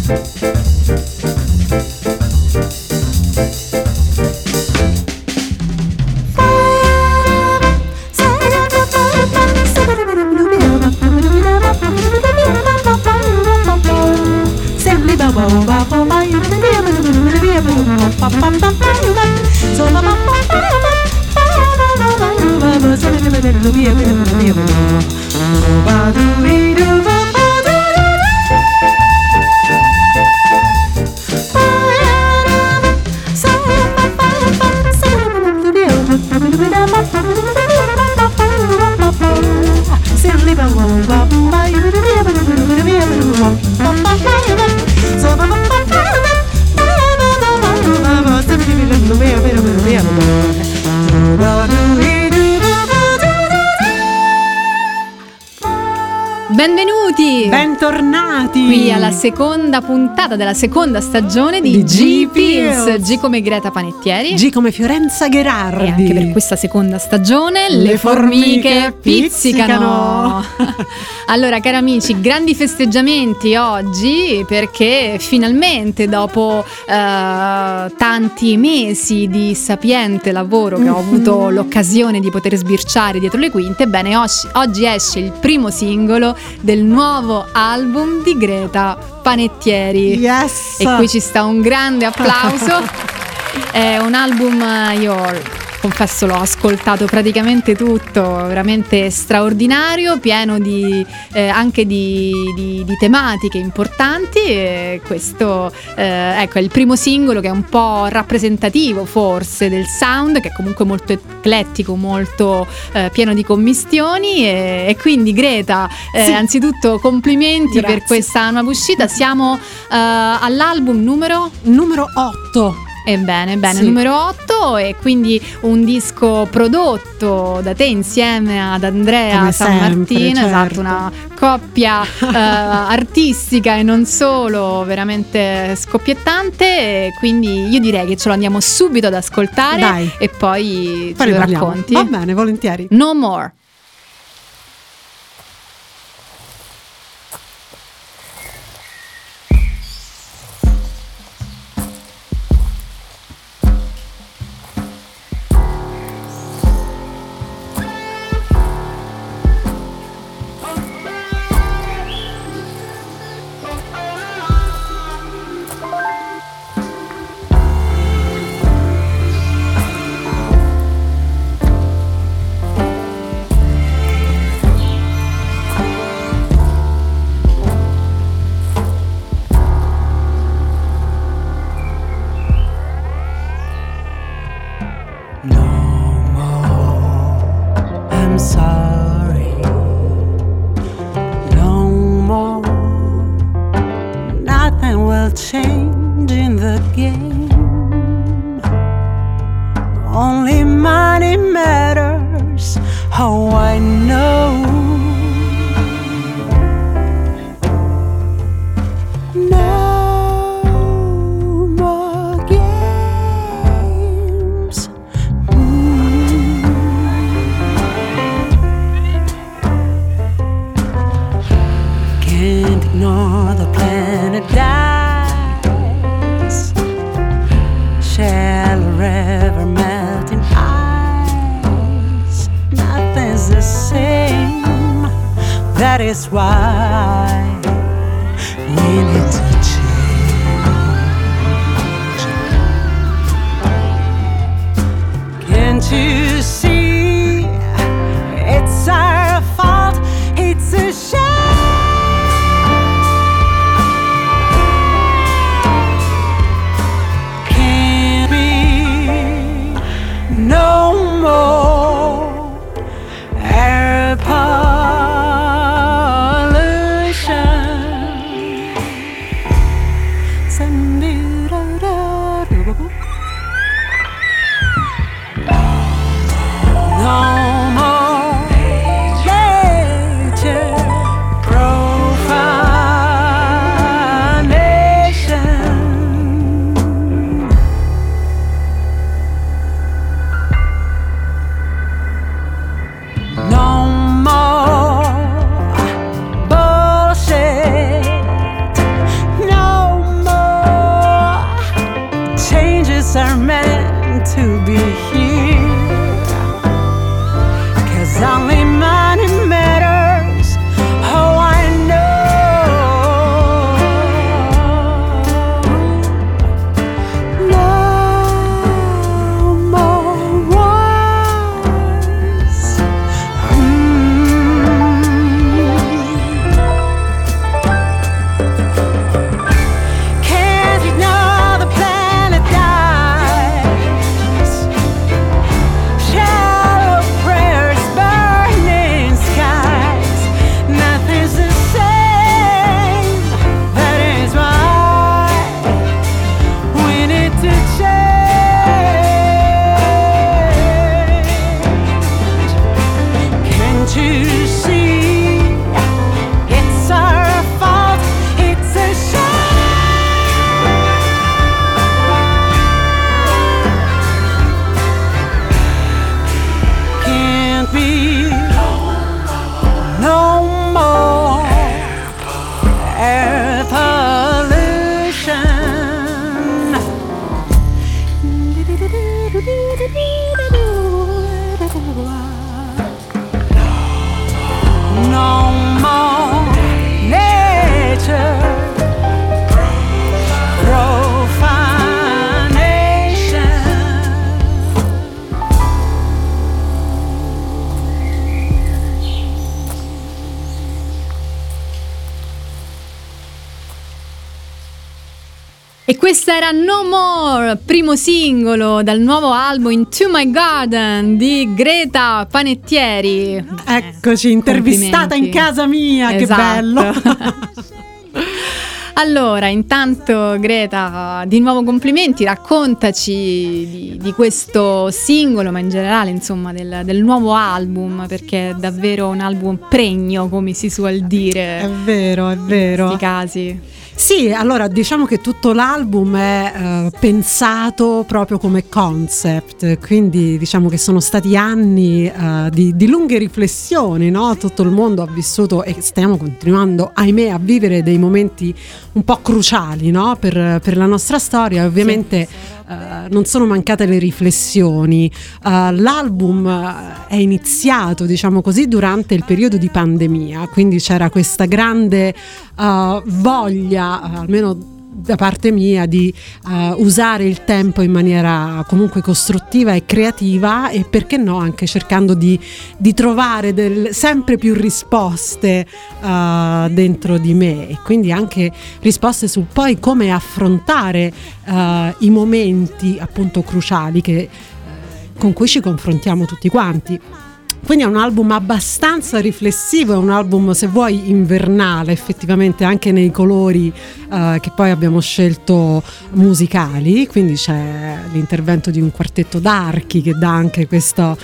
Benvenuti! Bentornati! Qui alla seconda puntata della seconda stagione di G-Pills. G come Greta Panettieri. G come Fiorenza Gherardi. E anche per questa seconda stagione le formiche pizzicano. Allora, cari amici, grandi festeggiamenti oggi perché finalmente dopo tanti mesi di sapiente lavoro che ho avuto l'occasione di poter sbirciare dietro le quinte, bene, oggi esce il primo singolo del nuovo album di Greta Panettieri. Yes! E qui ci sta un grande applauso. È un album, io confesso l'ho ascoltato praticamente tutto, veramente straordinario, pieno di anche di tematiche importanti, e questo ecco è il primo singolo che è un po' rappresentativo forse del sound, che è comunque molto eclettico, molto pieno di commistioni, e quindi Greta, sì. Anzitutto complimenti. Grazie. Per questa nuova uscita. Siamo all'album numero 8. Bene, Sì. numero 8, e quindi un disco prodotto da te insieme ad Andrea Come San sempre, Martino, certo. esatto, una coppia artistica e non solo, veramente scoppiettante, e quindi io direi che ce lo andiamo subito ad ascoltare. Dai. E poi Poi ce lo ne parliamo. racconti. Va bene, volentieri. No More. Change in the game. Only money matters. Oh, I know. No more games. Can't ignore the planet die. Shallow river melting ice. Nothing's the same. That is why we need to change. Can't you see? It's our fault. It's a shame. No more air pollution. are meant to be here, 'cause only money matters. Oh, I know. No more wars. Can't ignore the planet dies. Shallow prayers, burning skies. Nothing's the same. That is why we need to change. Can't you see? It's our fault. It's a shame. Can't be no more air pollution. No more nature profanation. E questa era No More, primo singolo dal nuovo album Into My Garden di Greta Panettieri. Eccoci, intervistata in Complimenti. casa mia, che Esatto. bello. Allora, intanto Greta, di nuovo complimenti, raccontaci di questo singolo, ma in generale insomma del nuovo album, perché è davvero un album pregno, come si suol dire È vero, è in vero. questi casi. Sì, allora diciamo che tutto l'album è pensato proprio come concept, quindi diciamo che sono stati anni di lunghe riflessioni, no? Tutto il mondo ha vissuto e stiamo continuando, ahimè, a vivere dei momenti un po' cruciali, no? per la nostra storia. Ovviamente non sono mancate le riflessioni. L'album è iniziato, diciamo così, durante il periodo di pandemia, quindi c'era questa grande voglia, almeno da parte mia, di usare il tempo in maniera comunque costruttiva e creativa, e perché no anche cercando di trovare sempre più risposte dentro di me, e quindi anche risposte su poi come affrontare i momenti appunto cruciali con cui ci confrontiamo tutti quanti. Quindi è un album abbastanza riflessivo, è un album, se vuoi, invernale effettivamente, anche nei colori che poi abbiamo scelto musicali. Quindi c'è l'intervento di un quartetto d'archi che dà anche questo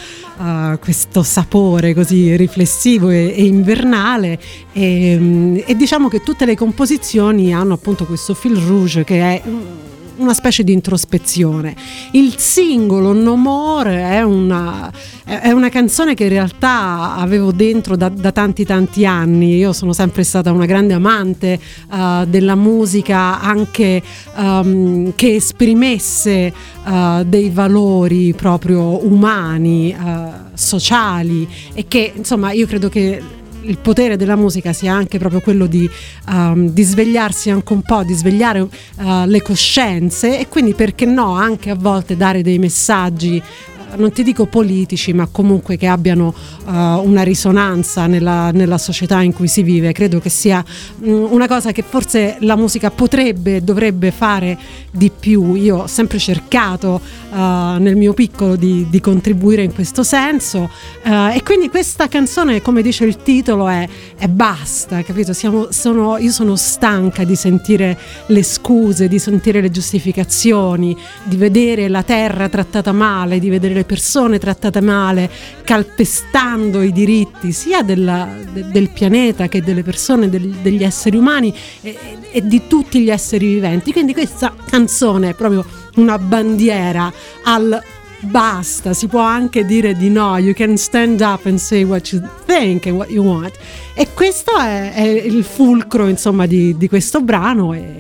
sapore così riflessivo e invernale, e diciamo che tutte le composizioni hanno appunto questo fil rouge che è una specie di introspezione. Il singolo No More è una canzone che in realtà avevo dentro da tanti anni. Io sono sempre stata una grande amante della musica, anche che esprimesse dei valori proprio umani, sociali, e che insomma io credo che il potere della musica sia anche proprio quello di svegliarsi anche un po', di svegliare le coscienze, e quindi perché no anche a volte dare dei messaggi, non ti dico politici, ma comunque che abbiano una risonanza nella società in cui si vive. Credo che sia una cosa che forse la musica potrebbe e dovrebbe fare di più. Io ho sempre cercato nel mio piccolo di contribuire in questo senso, e quindi questa canzone, come dice il titolo, è basta, capito? Io sono stanca di sentire le scuse, di sentire le giustificazioni, di vedere la terra trattata male, di vedere le persone trattate male, calpestando i diritti sia del pianeta che delle persone, degli esseri umani e di tutti gli esseri viventi. Quindi questa canzone è proprio una bandiera al basta. Si può anche dire di no, you can stand up and say what you think and what you want, e questo è il fulcro insomma di questo brano, e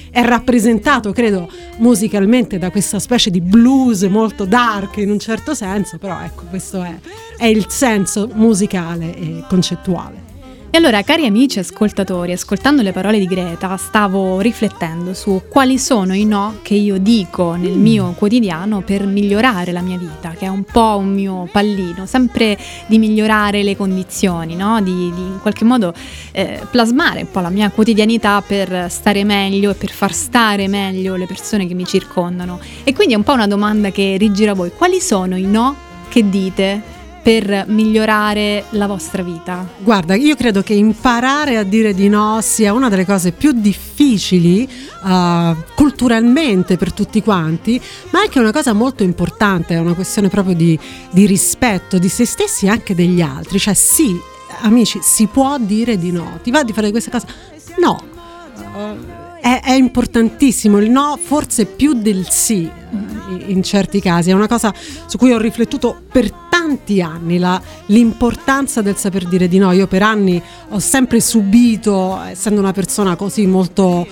è rappresentato, credo, musicalmente da questa specie di blues molto dark in un certo senso, però ecco, questo è il senso musicale e concettuale. E allora, cari amici ascoltatori, ascoltando le parole di Greta, stavo riflettendo su quali sono i no che io dico nel mio quotidiano per migliorare la mia vita, che è un po' un mio pallino, sempre di migliorare le condizioni, no? Di in qualche modo plasmare un po' la mia quotidianità per stare meglio e per far stare meglio le persone che mi circondano. E quindi è un po' una domanda che rigira a voi: quali sono i no che dite per migliorare la vostra vita? Guarda, io credo che imparare a dire di no sia una delle cose più difficili culturalmente per tutti quanti, ma anche una cosa molto importante, è una questione proprio di rispetto di se stessi e anche degli altri. Cioè sì, amici, si può dire di no. Ti va di fare questa cosa? No. È importantissimo il no, forse più del sì in certi casi. È una cosa su cui ho riflettuto per tanti anni, l'importanza del saper dire di no. Io per anni ho sempre subito, essendo una persona così molto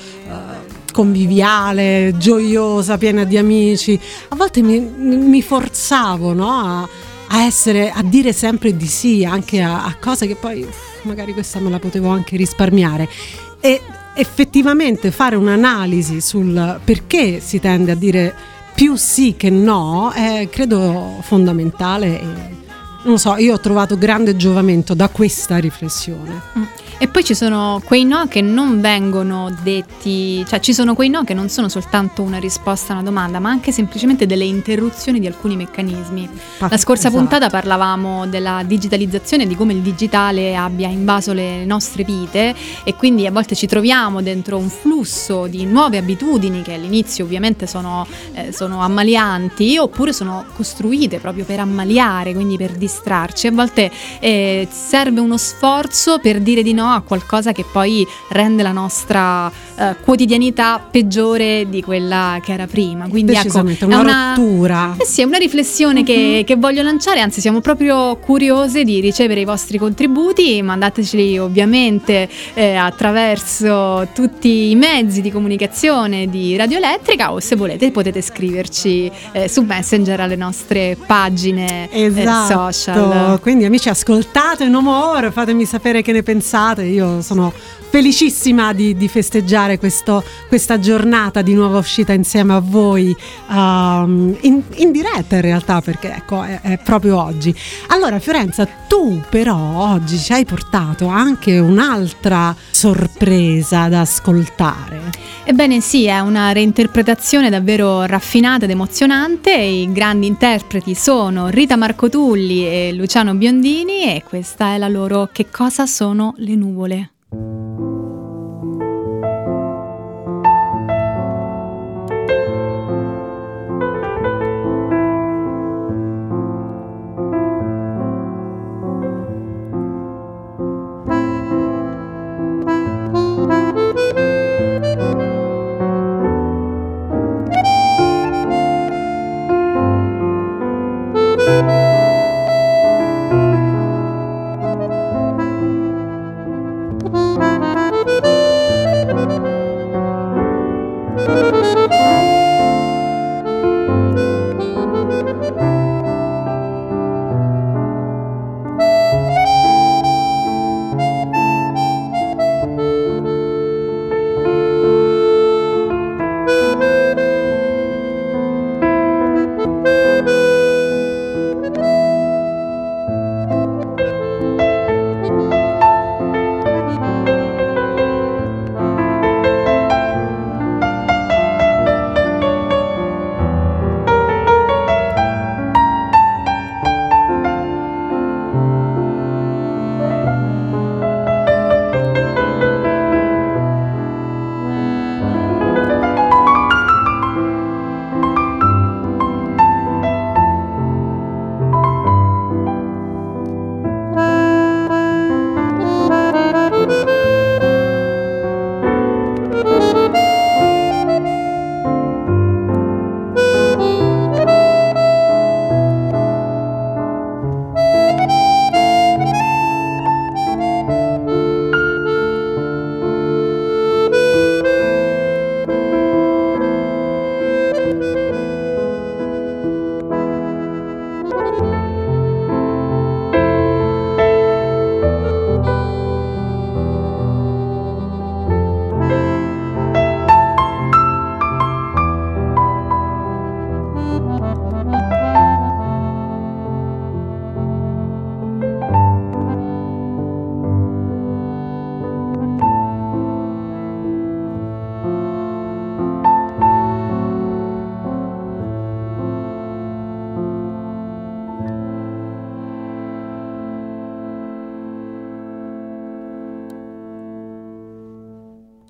conviviale, gioiosa, piena di amici, a volte mi forzavo, no, a dire sempre di sì anche a cose che poi magari questa me la potevo anche risparmiare. E effettivamente fare un'analisi sul perché si tende a dire più sì che no è, credo, fondamentale, e non lo so, io ho trovato grande giovamento da questa riflessione. E poi ci sono quei no che non vengono detti, cioè ci sono quei no che non sono soltanto una risposta a una domanda, ma anche semplicemente delle interruzioni di alcuni meccanismi. La scorsa puntata parlavamo della digitalizzazione, di come il digitale abbia invaso le nostre vite, e quindi a volte ci troviamo dentro un flusso di nuove abitudini che all'inizio ovviamente sono ammalianti, oppure sono costruite proprio per ammaliare, quindi per distrarci. A volte serve uno sforzo per dire di no a qualcosa che poi rende la nostra quotidianità peggiore di quella che era prima. Quindi decisamente, ecco, una rottura. Sì, è una riflessione che voglio lanciare, anzi siamo proprio curiose di ricevere i vostri contributi. Mandateceli ovviamente attraverso tutti i mezzi di comunicazione di Radio Elettrica, o se volete potete scriverci su Messenger alle nostre pagine social. Quindi amici, ascoltate No More, fatemi sapere che ne pensate. Io sono felicissima di festeggiare questa giornata di nuova uscita insieme a voi, in diretta in realtà, perché ecco è proprio oggi. Allora Fiorenza, tu però oggi ci hai portato anche un'altra sorpresa da ascoltare. Ebbene sì, è una reinterpretazione davvero raffinata ed emozionante. I grandi interpreti sono Rita Marcotulli e Luciano Biondini, e questa è la loro Che cosa sono le nuvole.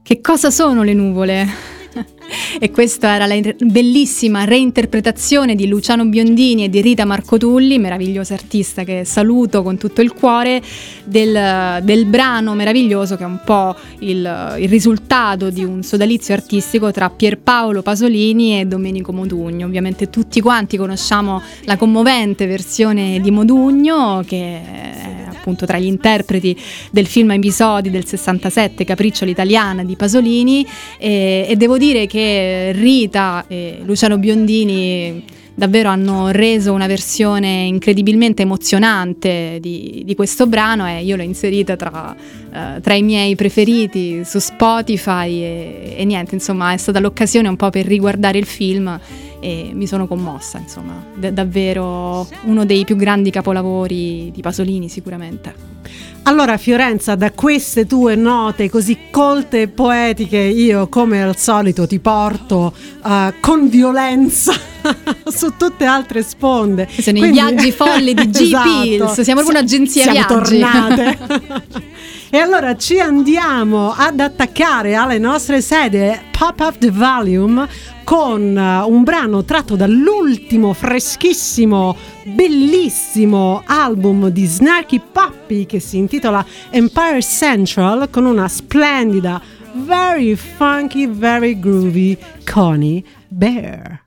Che cosa sono le nuvole? E questa era la bellissima reinterpretazione di Luciano Biondini e di Rita Marcotulli, meravigliosa artista che saluto con tutto il cuore, del brano meraviglioso che è un po' il risultato di un sodalizio artistico tra Pierpaolo Pasolini e Domenico Modugno. Ovviamente tutti quanti conosciamo la commovente versione di Modugno, che è appunto tra gli interpreti del film Episodi del 67, Capriccio all'italiana di Pasolini, e devo dire che Rita e Luciano Biondini davvero hanno reso una versione incredibilmente emozionante di questo brano, e io l'ho inserita tra i miei preferiti su Spotify e niente, insomma è stata l'occasione un po' per riguardare il film e mi sono commossa, insomma, davvero uno dei più grandi capolavori di Pasolini sicuramente. Allora Fiorenza, da queste tue note così colte e poetiche, io come al solito ti porto con violenza su tutte altre sponde. Sono i viaggi folli di G. Pills, esatto. Siamo proprio un'agenzia siamo viaggi. Tornate. E allora ci andiamo ad attaccare alle nostre sedie, Pop Up the Volume, con un brano tratto dall'ultimo freschissimo, bellissimo album di Snarky Puppy che si intitola Empire Central, con una splendida, very funky, very groovy Connie Bear.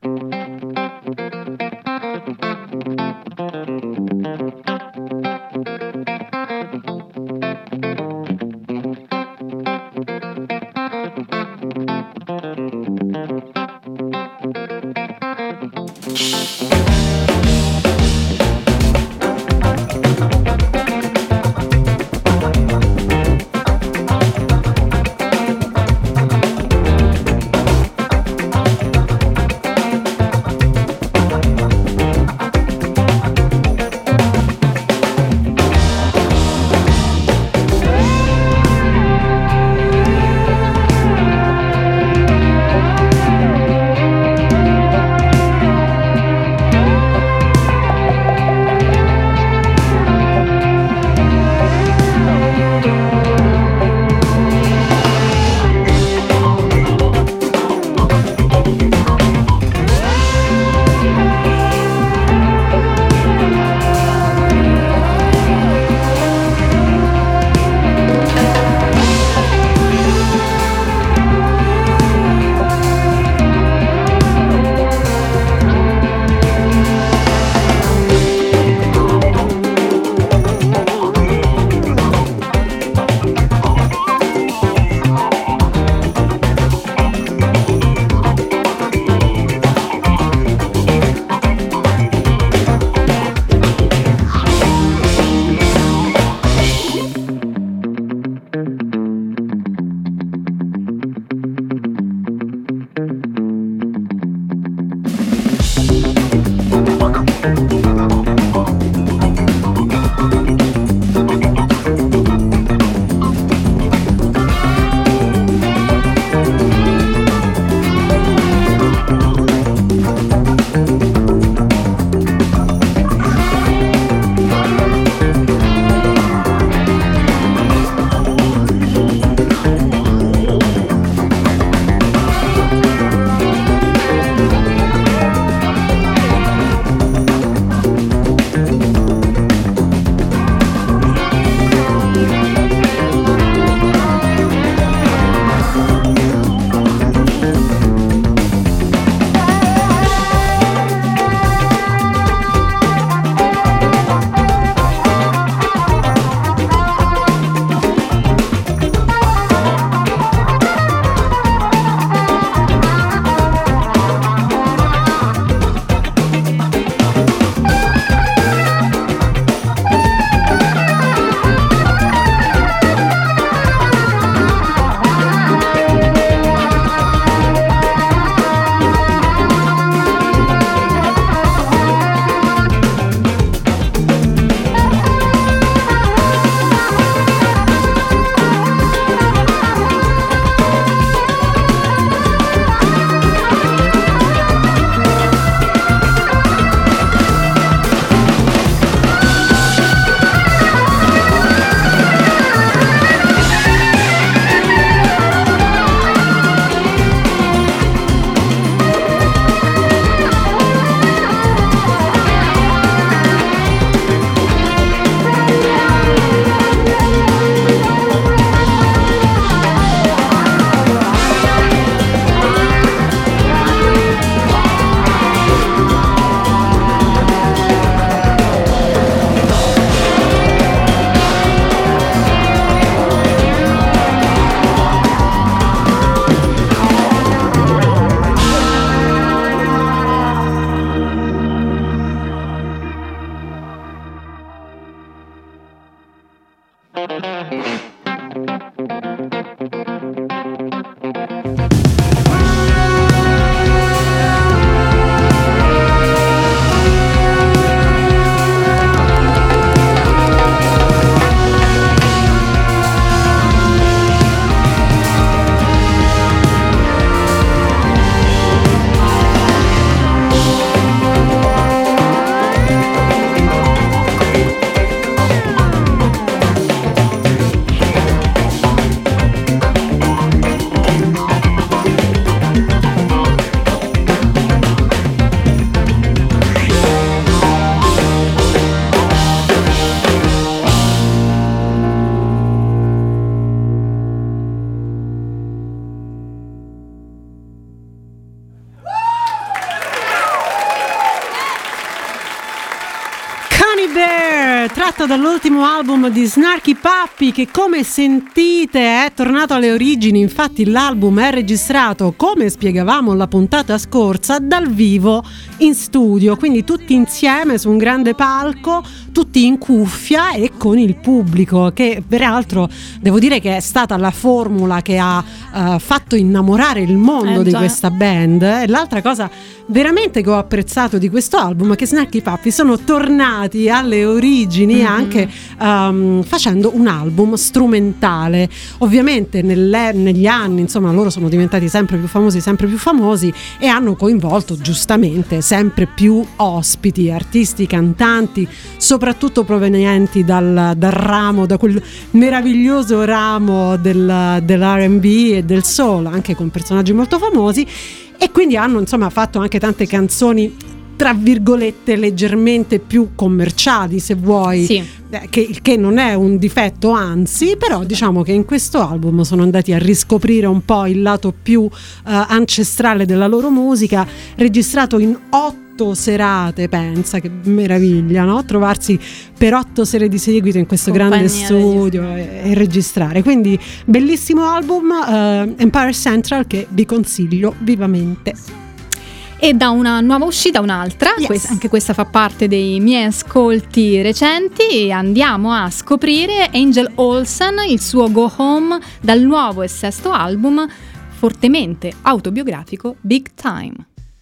tratto dall'ultimo album di Snarky Puppy, che come sentite è tornato alle origini. Infatti l'album è registrato, come spiegavamo la puntata scorsa, dal vivo in studio, quindi tutti insieme su un grande palco, tutti in cuffia e con il pubblico, che peraltro devo dire che è stata la formula che ha fatto innamorare il mondo di questa band. E l'altra cosa veramente che ho apprezzato di questo album è che Snarky Puppy sono tornati alle origini anche facendo un album strumentale. Ovviamente negli anni, insomma, loro sono diventati sempre più famosi e hanno coinvolto giustamente sempre più ospiti, artisti, cantanti, soprattutto provenienti dal ramo, da quel meraviglioso ramo dell'R&B e del soul, anche con personaggi molto famosi. E quindi hanno, insomma, fatto anche tante canzoni tra virgolette leggermente più commerciali, se vuoi, sì. Che non è un difetto, anzi, però diciamo che in questo album sono andati a riscoprire un po' il lato più ancestrale della loro musica, registrato in 8 serate, pensa che meraviglia, no? Trovarsi per 8 sere di seguito in questo grande studio e registrare. Quindi bellissimo album, Empire Central, che vi consiglio vivamente. E da una nuova uscita un'altra, yes. Anche questa fa parte dei miei ascolti recenti, e andiamo a scoprire Angel Olsen, il suo Go Home, dal nuovo e sesto album fortemente autobiografico Big Time.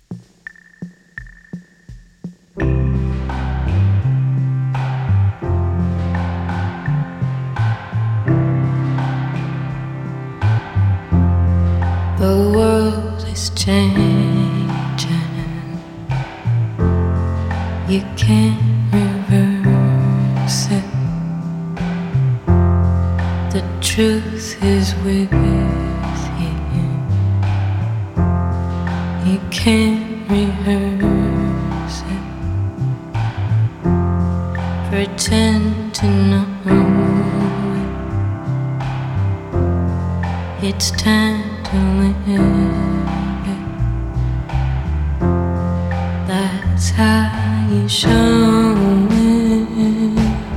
The world is changing. You can't reverse it. The truth is with you. You can't rehearse it. Pretend to know it. It's time to live it. That's how you show it,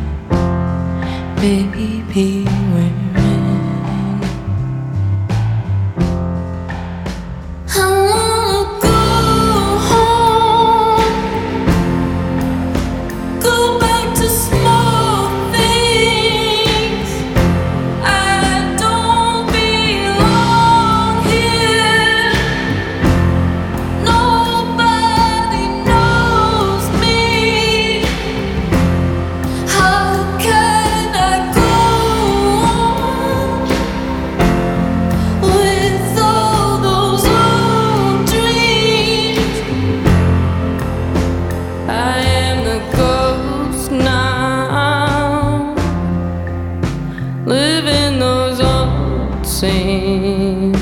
baby, we're in. I wanna go home, go back to small things. I don't belong here. Nobody knows me. How can I go on with all those old dreams? I am the ghost now, living those old scenes.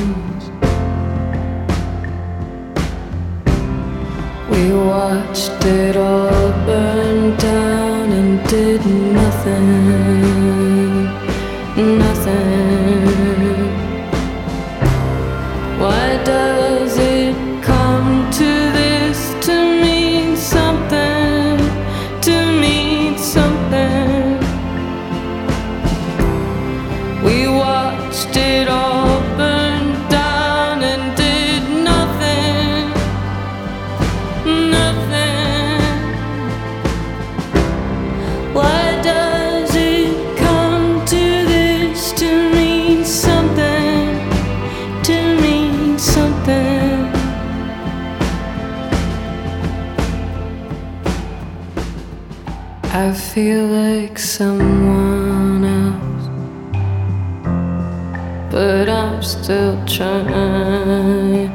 We watched it all burn down and did nothing, nothing. Why does it come to this, to mean something, to mean something? We watched it all burn down and did nothing, nothing. Why does it come to this, to mean something, to mean something? I feel like someone else, but I'm still trying.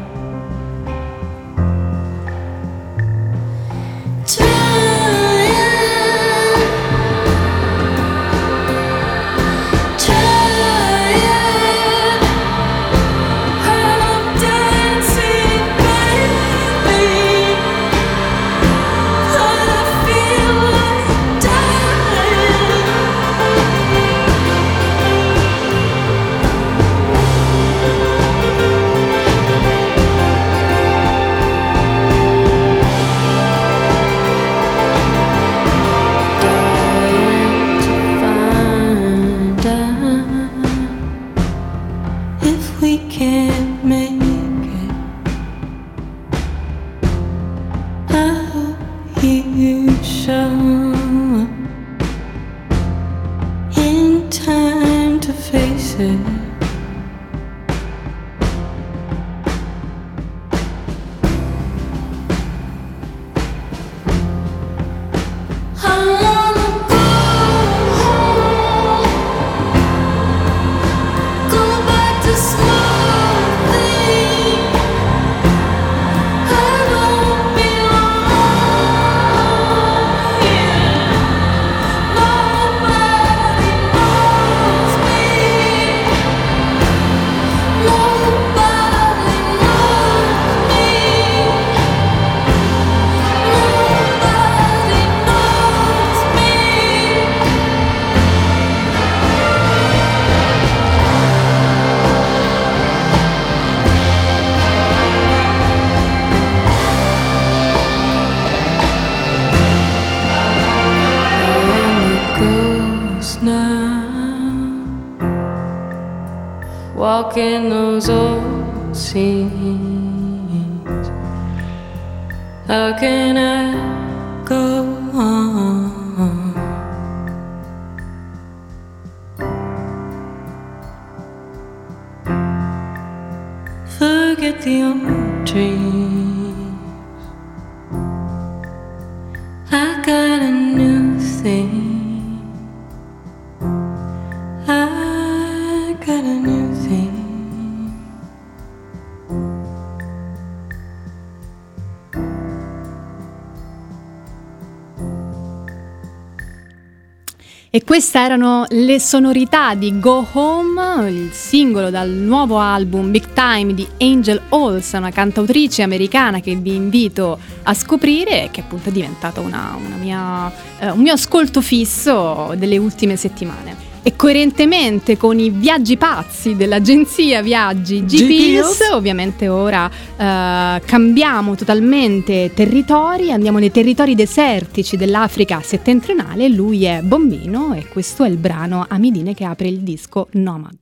walking those old scenes. How can I go on? Forget the old dreams. I got a new thing. I got a new thing. E queste erano le sonorità di Go Home, il singolo dal nuovo album Big Time di Angel Olsen, una cantautrice americana che vi invito a scoprire e che appunto è diventata un mio ascolto fisso delle ultime settimane. E coerentemente con i viaggi pazzi dell'agenzia viaggi GPS, ovviamente ora cambiamo totalmente territori, andiamo nei territori desertici dell'Africa settentrionale. Lui è Bombino e questo è il brano Amidine che apre il disco Nomad.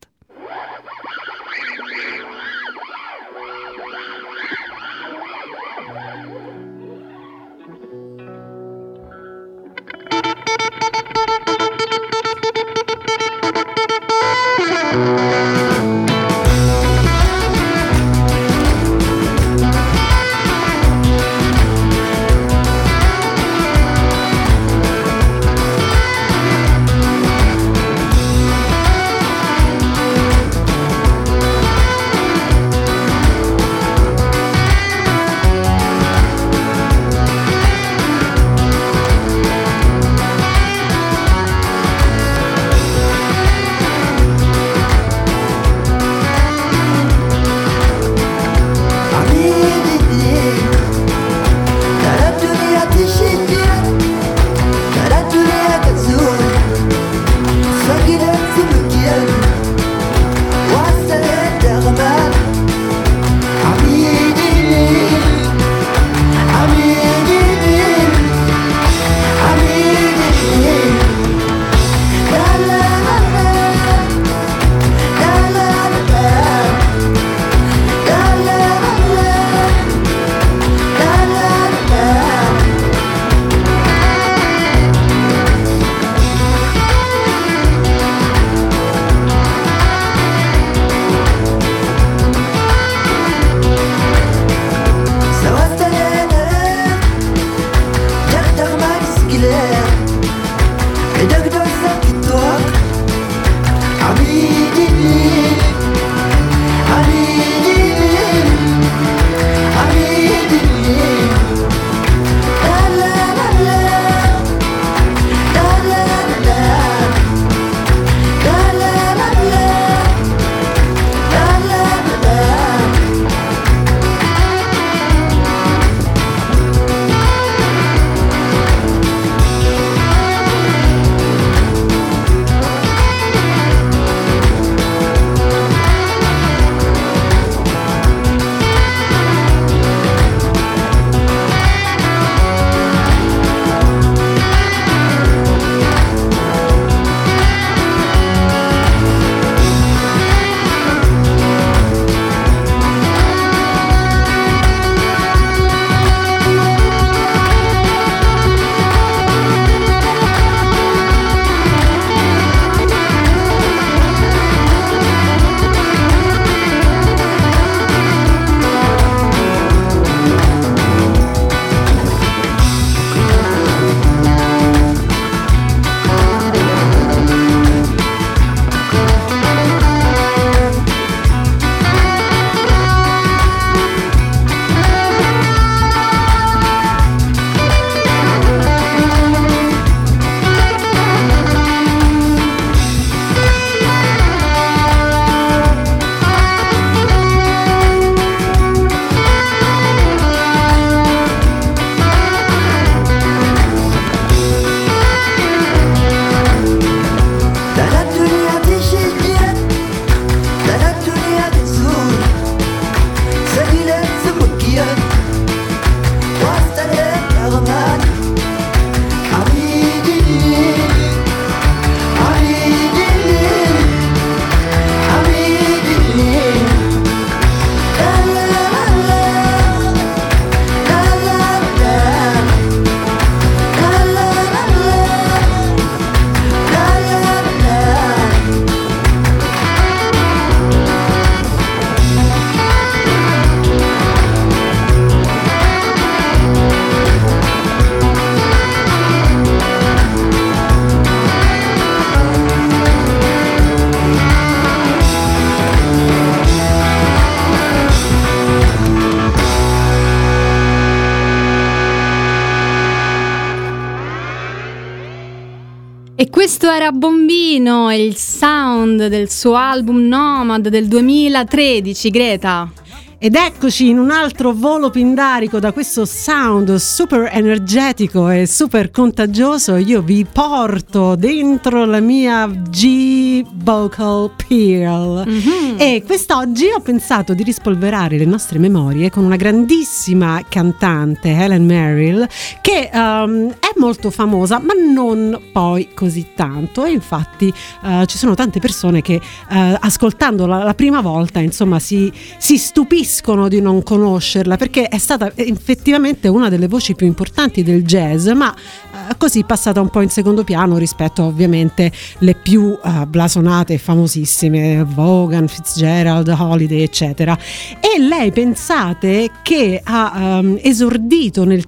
Questo era Bombino e il sound del suo album Nomad del 2013, Greta. Ed eccoci in un altro volo pindarico da questo sound super energetico e super contagioso. Io vi porto dentro la mia G Vocal Peel. E quest'oggi ho pensato di rispolverare le nostre memorie con una grandissima cantante, Helen Merrill, che è molto famosa ma non poi così tanto, e infatti ci sono tante persone che ascoltandola la prima volta insomma si stupiscono di non conoscerla, perché è stata effettivamente una delle voci più importanti del jazz, ma così passata un po' in secondo piano rispetto ovviamente le più blasonate e famosissime, Vaughan, Fitzgerald, Holiday eccetera. E lei, pensate che ha esordito nel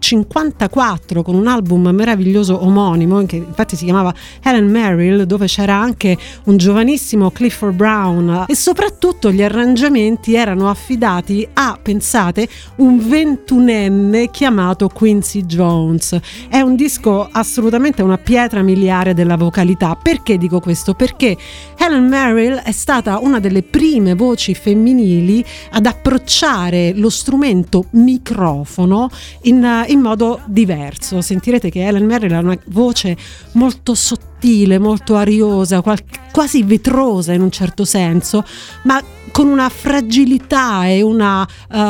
54 con un album meraviglioso omonimo, che infatti si chiamava Helen Merrill, dove c'era anche un giovanissimo Clifford Brown, e soprattutto gli arrangiamenti erano affidati a, pensate, un 21enne chiamato Quincy Jones. È un disco assolutamente una pietra miliare della vocalità. Perché dico questo? Perché Helen Merrill è stata una delle prime voci femminili ad approcciare lo strumento microfono in modo diverso. Sentirete che Helen Merrill ha una voce molto sottile, molto ariosa, quasi vetrosa in un certo senso, ma con una fragilità e una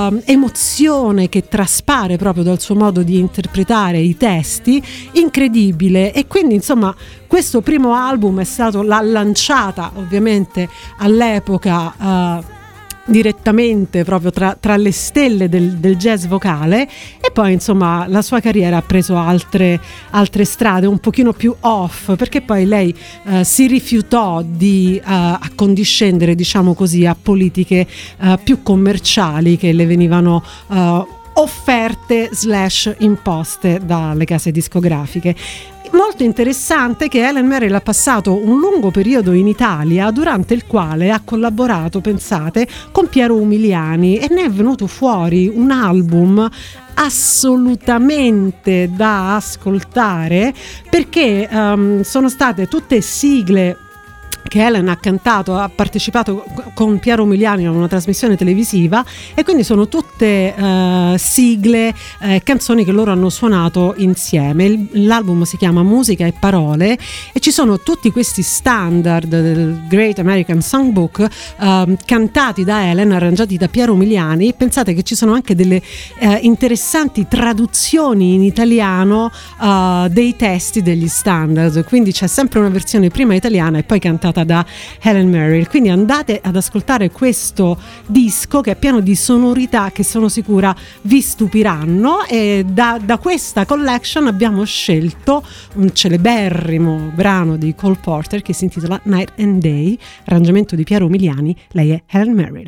emozione che traspare proprio dal suo modo di interpretare i testi, incredibile. E quindi insomma questo primo album l'ha lanciata ovviamente all'epoca direttamente proprio tra le stelle del jazz vocale, e poi insomma la sua carriera ha preso altre strade un pochino più off, perché poi lei si rifiutò di accondiscendere, diciamo così, a politiche più commerciali che le venivano offerte / imposte dalle case discografiche. Molto interessante che Helen Merrill ha passato un lungo periodo in Italia, durante il quale ha collaborato, pensate, con Piero Umiliani, e ne è venuto fuori un album assolutamente da ascoltare, perché sono state tutte sigle che Helen ha cantato, ha partecipato con Piero Umiliani a una trasmissione televisiva, e quindi sono tutte sigle, canzoni che loro hanno suonato insieme. L'album si chiama Musica e Parole e ci sono tutti questi standard del Great American Songbook cantati da Helen, arrangiati da Piero Umiliani. Pensate che ci sono anche delle interessanti traduzioni in italiano dei testi degli standard, quindi c'è sempre una versione prima italiana e poi cantata da Helen Merrill. Quindi andate ad ascoltare questo disco, che è pieno di sonorità che sono sicura vi stupiranno, e da questa collection abbiamo scelto un celeberrimo brano di Cole Porter che si intitola Night and Day, arrangiamento di Piero Umiliani. Lei è Helen Merrill.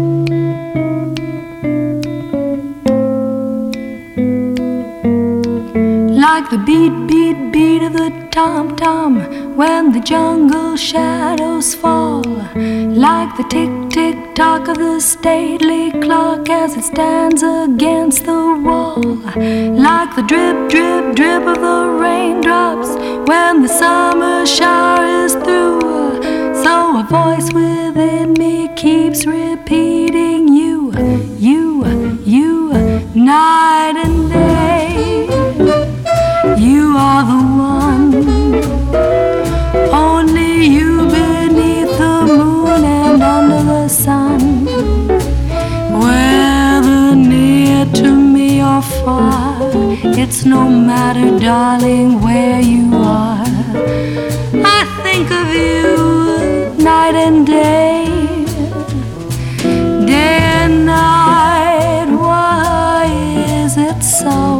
Like the beat, beat, beat of the tom-tom when the jungle shadows fall. Like the tick-tick-tock of the stately clock as it stands against the wall. Like the drip, drip, drip of the raindrops when the summer shower is through. So a voice within me keeps repeating you, you, you, night and day. You are the one, only you beneath the moon and under the sun. Whether near to me or far, it's no matter, darling, where you are. I think of you night and day, day and night. Why is it so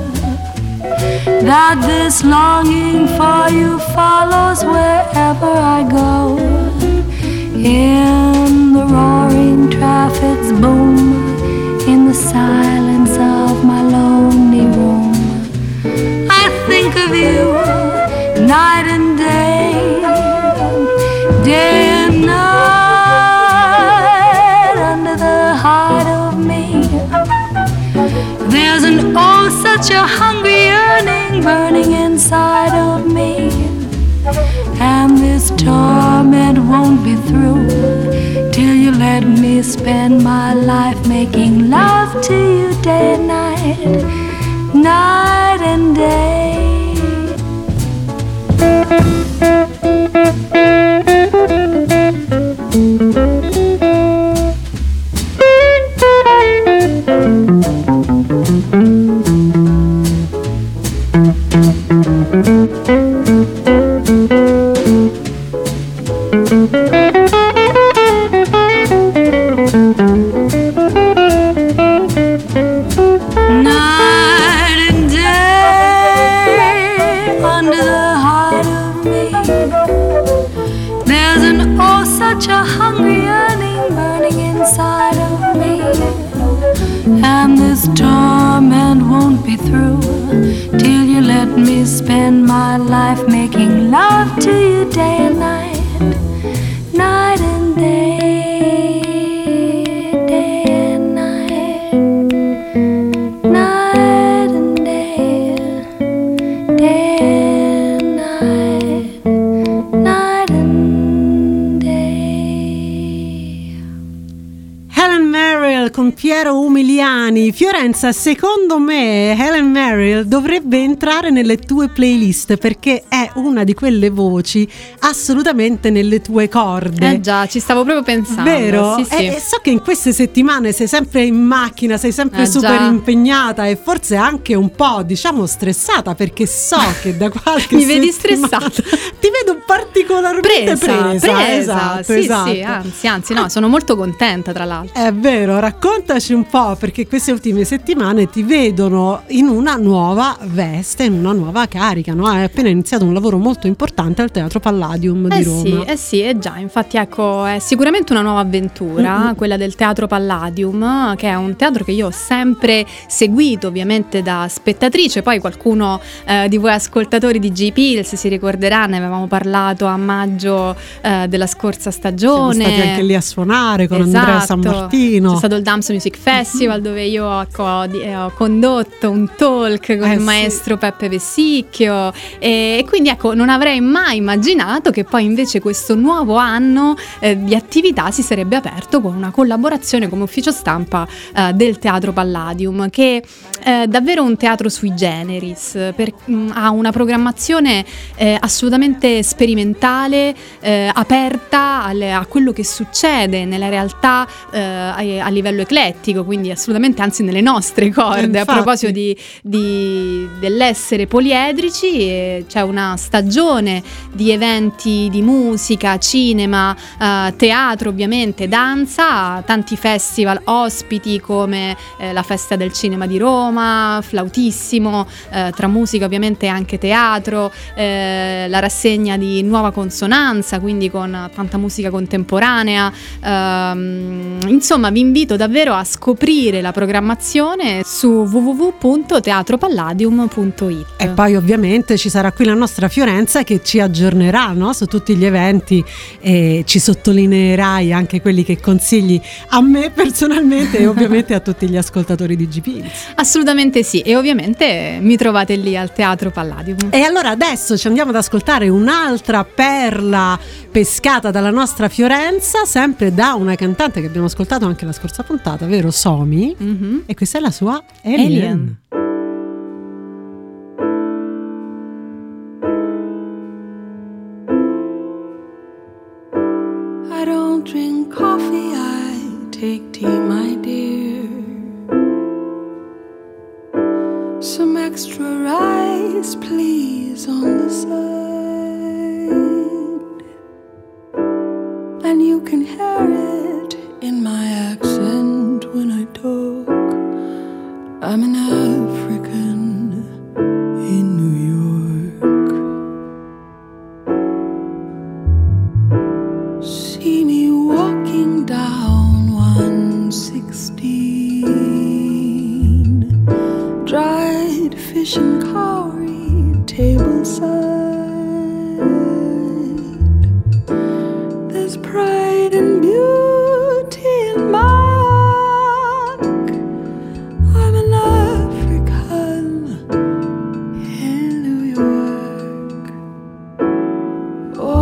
that this longing for you follows wherever I go? In the roaring traffic's boom, in the silence of my lonely room, I think of you night and day, day and night. Under the hide of me, there's an oh such a hungry yearning burning inside of me. and this torment won't be through till you let me spend my life making love to you day and night, night and day. Torment won't be through till you let me spend my life making love to you day and night, night and day, day and night, night and day, day and night, night and day. Helen Merrill con Piero Umiliani. Fiorenza, secondo me Helen Merrill dovrebbe entrare nelle tue playlist perché è una di quelle voci assolutamente nelle tue corde. Già, ci stavo proprio pensando. Vero? Sì, sì. E so che in queste settimane sei sempre in macchina, sei sempre super già. impegnata e forse anche un po', diciamo, stressata, perché so che da qualche Mi vedi settimana stressata? ti vedo particolarmente presa. Esatto, sì, esatto. sì, anzi no, sono molto contenta tra l'altro. È vero, raccontaci un po', perché queste ultime settimane ti vedono in una nuova veste, in una nuova carica, no? Hai appena iniziato un lavoro molto importante al Teatro Palladium di Roma. Sì, già, infatti ecco, è sicuramente una nuova avventura, quella del Teatro Palladium, che è un teatro che io ho sempre seguito, ovviamente da spettatrice. Poi qualcuno di voi ascoltatori di J-Pills si ricorderà, ne avevamo parlato a maggio della scorsa stagione. Siamo stati anche lì a suonare con Andrea San Martino. C'è stato il Dams Music Festival dove io ho condotto un talk con il maestro Peppe Vessicchio e quindi ecco, non avrei mai immaginato che poi invece questo nuovo anno di attività si sarebbe aperto con una collaborazione come ufficio stampa del Teatro Palladium, che è davvero un teatro sui generis, ha una programmazione assolutamente sperimentale, aperta a quello che succede nella realtà a livello eclettico, quindi assolutamente, anzi nelle nostre corde. A proposito dell'essere poliedrici, c'è una stagione di eventi di musica, cinema, teatro ovviamente, danza, tanti festival ospiti come la Festa del Cinema di Roma, Flautissimo, tra musica ovviamente anche teatro, la rassegna di Nuova Consonanza, quindi con tanta musica contemporanea. Insomma, vi invito davvero a scoprire la programmazione su www.teatropalladium.it. E poi ovviamente ci sarà qui la nostra Fiorenza che ci aggiornerà, no, su tutti gli eventi, e ci sottolineerai anche quelli che consigli a me personalmente e ovviamente a tutti gli ascoltatori di J-Pills. Assolutamente sì, e ovviamente mi trovate lì al Teatro Palladium. E allora adesso ci andiamo ad ascoltare un'altra perla pescata dalla nostra Fiorenza, sempre da una cantante che abbiamo ascoltato anche la scorsa puntata, vero Somi? Mm-hmm. E questa è la sua Alien. I don't drink coffee, I take tea, my dear. Some extra rice, please, on the side. And you can hear it in my accent when I talk. I'm an African in New York. See me walking down 116, dried fish and cowrie tableside. There's pride and beauty in Mark. I'm an African in New York. Oh,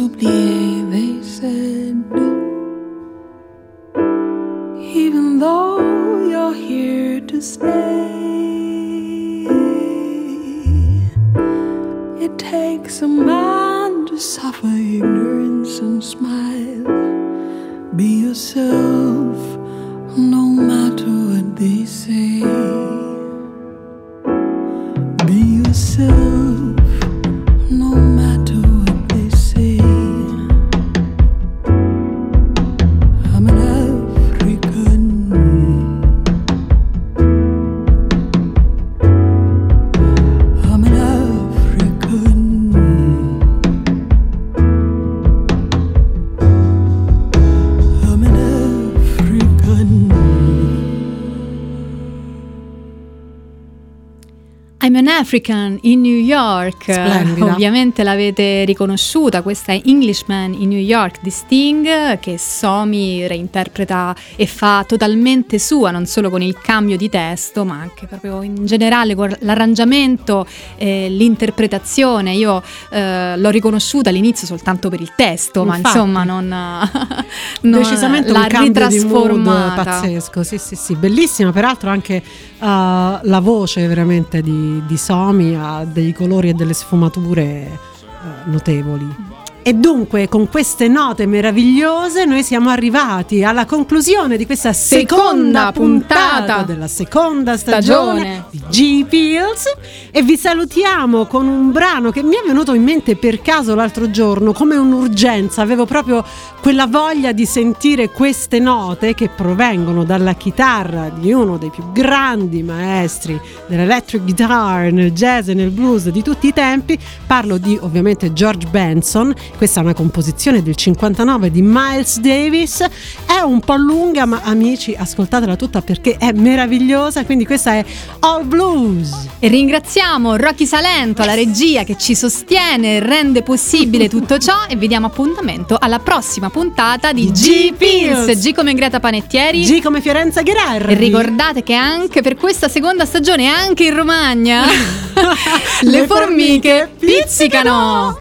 oublier, they said. Even though you're here to stay, it takes a man to suffer ignorance and smile. Be yourself, no matter what they say. Be yourself, no matter what they say. I'm an African. I'm an African. I'm an African. I'm an African in New York. Splendida. Ovviamente l'avete riconosciuta, questa è Englishman in New York di Sting, che Somi reinterpreta e fa totalmente sua, non solo con il cambio di testo ma anche proprio in generale con l'arrangiamento, l'interpretazione. Io l'ho riconosciuta all'inizio soltanto per il testo, ma Infatti. insomma non Decisamente l'ha un cambio di mood ritrasformata. pazzesco, sì, bellissima. Peraltro anche la voce veramente di Somi ha dei colori e delle sfumature notevoli. E dunque con queste note meravigliose noi siamo arrivati alla conclusione di questa seconda puntata della seconda stagione di G-Pills, e vi salutiamo con un brano che mi è venuto in mente per caso l'altro giorno come un'urgenza. Avevo proprio quella voglia di sentire queste note che provengono dalla chitarra di uno dei più grandi maestri dell'electric guitar nel jazz e nel blues di tutti i tempi. Parlo di ovviamente George Benson. Questa è una composizione del 59 di Miles Davis. È un po' lunga, ma amici, ascoltatela tutta perché è meravigliosa. Quindi questa è All Blues. E ringraziamo Rocky Salento, la regia che ci sostiene e rende possibile tutto ciò, e vi diamo appuntamento alla prossima puntata di G-Pills. G come Greta Panettieri, G come Fiorenza Gherardi. e ricordate che anche per questa seconda stagione, anche in Romagna, le formiche pizzicano.